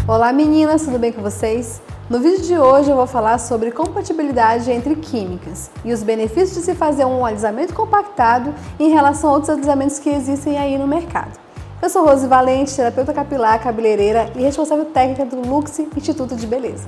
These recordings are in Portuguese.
Olá meninas, tudo bem com vocês? No vídeo de hoje eu vou falar sobre compatibilidade entre químicas e os benefícios de se fazer um alisamento compactado em relação a outros alisamentos que existem aí no mercado. Eu sou Rose Valente, terapeuta capilar, cabeleireira e responsável técnica do Lux Instituto de Beleza.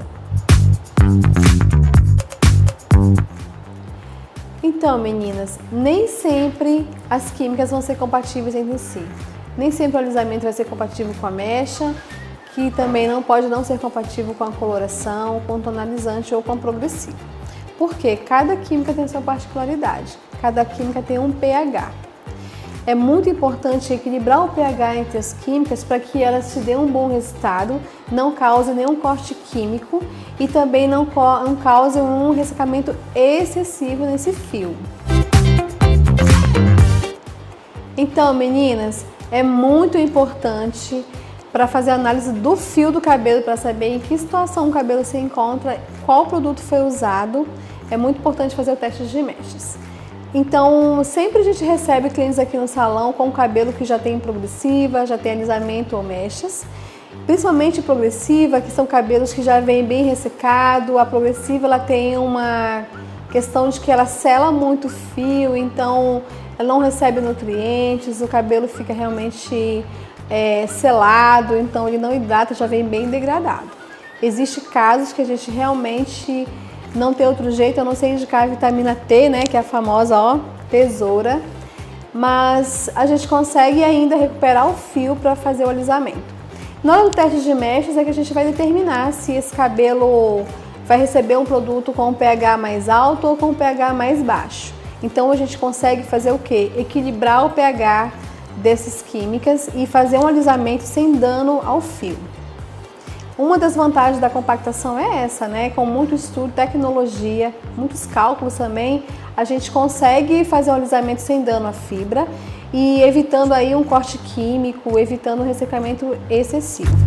Então meninas, nem sempre as químicas vão ser compatíveis entre si. Nem sempre o alisamento vai ser compatível com a mecha, que também não pode não ser compatível com a coloração, com o tonalizante ou com a progressiva. Porque cada química tem sua particularidade, cada química tem um pH. É muito importante equilibrar o pH entre as químicas para que elas te dêem um bom resultado, não cause nenhum corte químico e também não cause um ressecamento excessivo nesse fio. Então, meninas, é muito importante para fazer a análise do fio do cabelo, para saber em que situação o cabelo se encontra, qual produto foi usado, é muito importante fazer o teste de mechas. Então, sempre a gente recebe clientes aqui no salão com cabelo que já tem progressiva, já tem alisamento ou mechas, principalmente progressiva, que são cabelos que já vêm bem ressecado. A progressiva ela tem uma questão de que ela sela muito o fio, então ela não recebe nutrientes, o cabelo fica realmente selado, então ele não hidrata, já vem bem degradado. Existem casos que a gente realmente não tem outro jeito, eu não sei indicar a vitamina T, né, que é a famosa tesoura, mas a gente consegue ainda recuperar o fio para fazer o alisamento. Na hora do teste de mechas é que a gente vai determinar se esse cabelo vai receber um produto com um pH mais alto ou com um pH mais baixo. Então a gente consegue fazer o quê? Equilibrar o pH dessas químicas e fazer um alisamento sem dano ao fio. Uma das vantagens da compactação é essa, né? Com muito estudo, tecnologia, muitos cálculos também, a gente consegue fazer um alisamento sem dano à fibra e evitando aí um corte químico, evitando um ressecamento excessivo.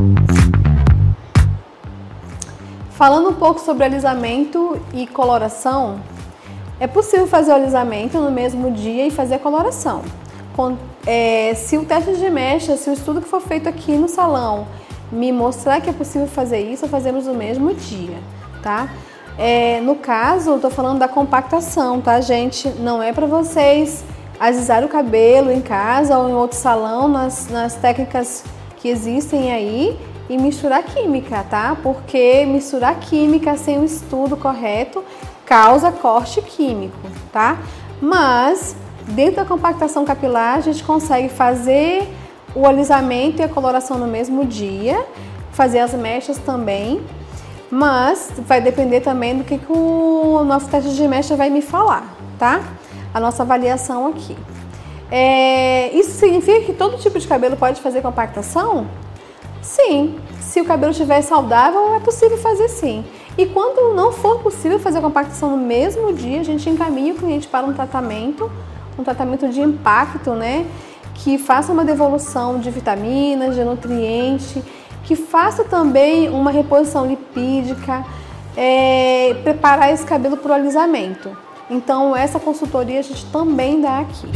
Falando um pouco sobre alisamento e coloração, é possível fazer o alisamento no mesmo dia e fazer a coloração. Se o teste de mecha, se o estudo que for feito aqui no salão me mostrar que é possível fazer isso, fazemos no mesmo dia, tá? No caso, eu tô falando da compactação, tá, gente? Não é para vocês alisar o cabelo em casa ou em outro salão, nas técnicas que existem aí e misturar química, tá? Porque misturar química sem o estudo correto causa corte químico, tá? Mas dentro da compactação capilar, a gente consegue fazer o alisamento e a coloração no mesmo dia, fazer as mechas também, mas vai depender também do que o nosso teste de mecha vai me falar, tá? A nossa avaliação aqui. Isso significa que todo tipo de cabelo pode fazer compactação? Sim, se o cabelo estiver saudável, é possível fazer sim. E quando não for possível fazer a compactação no mesmo dia, a gente encaminha o cliente para um tratamento de impacto, né? Que faça uma devolução de vitaminas, de nutrientes, que faça também uma reposição lipídica, preparar esse cabelo para o alisamento. Então, essa consultoria a gente também dá aqui.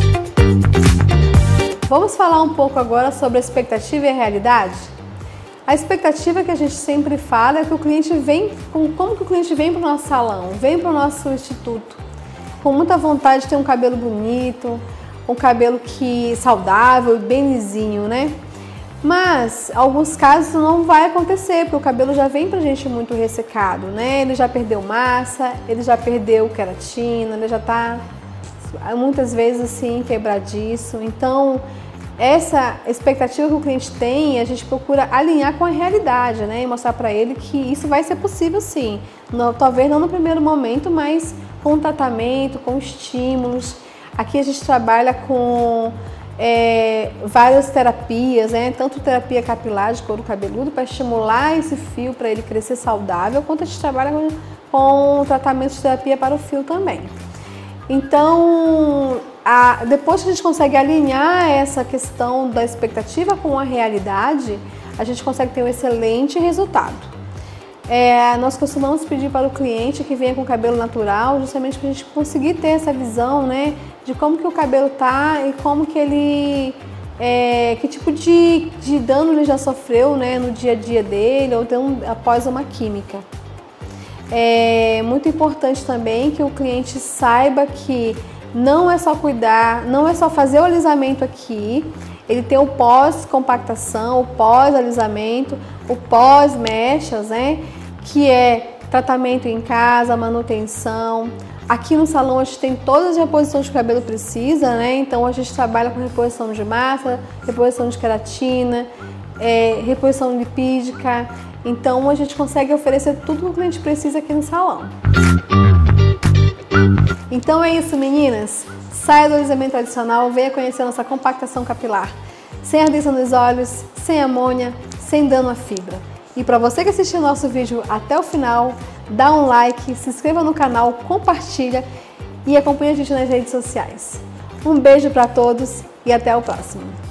Vamos falar um pouco agora sobre a expectativa e a realidade? A expectativa que a gente sempre fala é que o cliente vem, como que o cliente vem para o nosso salão, vem para o nosso instituto, com muita vontade de ter um cabelo bonito, um cabelo saudável e bem lisinho, né? Mas, em alguns casos não vai acontecer, porque o cabelo já vem pra gente muito ressecado, né? Ele já perdeu massa, ele já perdeu queratina, ele já tá muitas vezes assim quebradiço. Então, essa expectativa que o cliente tem, a gente procura alinhar com a realidade, né? E mostrar para ele que isso vai ser possível sim. Talvez não no primeiro momento, mas com tratamento, com estímulos. Aqui a gente trabalha com várias terapias, né? Tanto terapia capilar de couro cabeludo para estimular esse fio para ele crescer saudável, quanto a gente trabalha com tratamento de terapia para o fio também. Então, depois que a gente consegue alinhar essa questão da expectativa com a realidade, a gente consegue ter um excelente resultado. Nós costumamos pedir para o cliente que venha com cabelo natural, justamente para a gente conseguir ter essa visão, né, de como que o cabelo tá e como que ele que tipo de dano ele já sofreu, né, no dia a dia dele ou após uma química. É muito importante também que o cliente saiba que não é só cuidar, não é só fazer o alisamento aqui, ele tem o pós-compactação, o pós-alisamento, o pós-mechas, né, que é tratamento em casa, manutenção. Aqui no salão a gente tem todas as reposições que o cabelo precisa, né? Então a gente trabalha com reposição de massa, reposição de queratina, reposição lipídica. Então a gente consegue oferecer tudo que o cliente precisa aqui no salão. Então é isso, meninas. Saia do alisamento tradicional, venha conhecer a nossa compactação capilar. Sem ardência nos olhos, sem amônia, sem dano à fibra. E para você que assistiu o nosso vídeo até o final, dá um like, se inscreva no canal, compartilha e acompanhe a gente nas redes sociais. Um beijo para todos e até o próximo.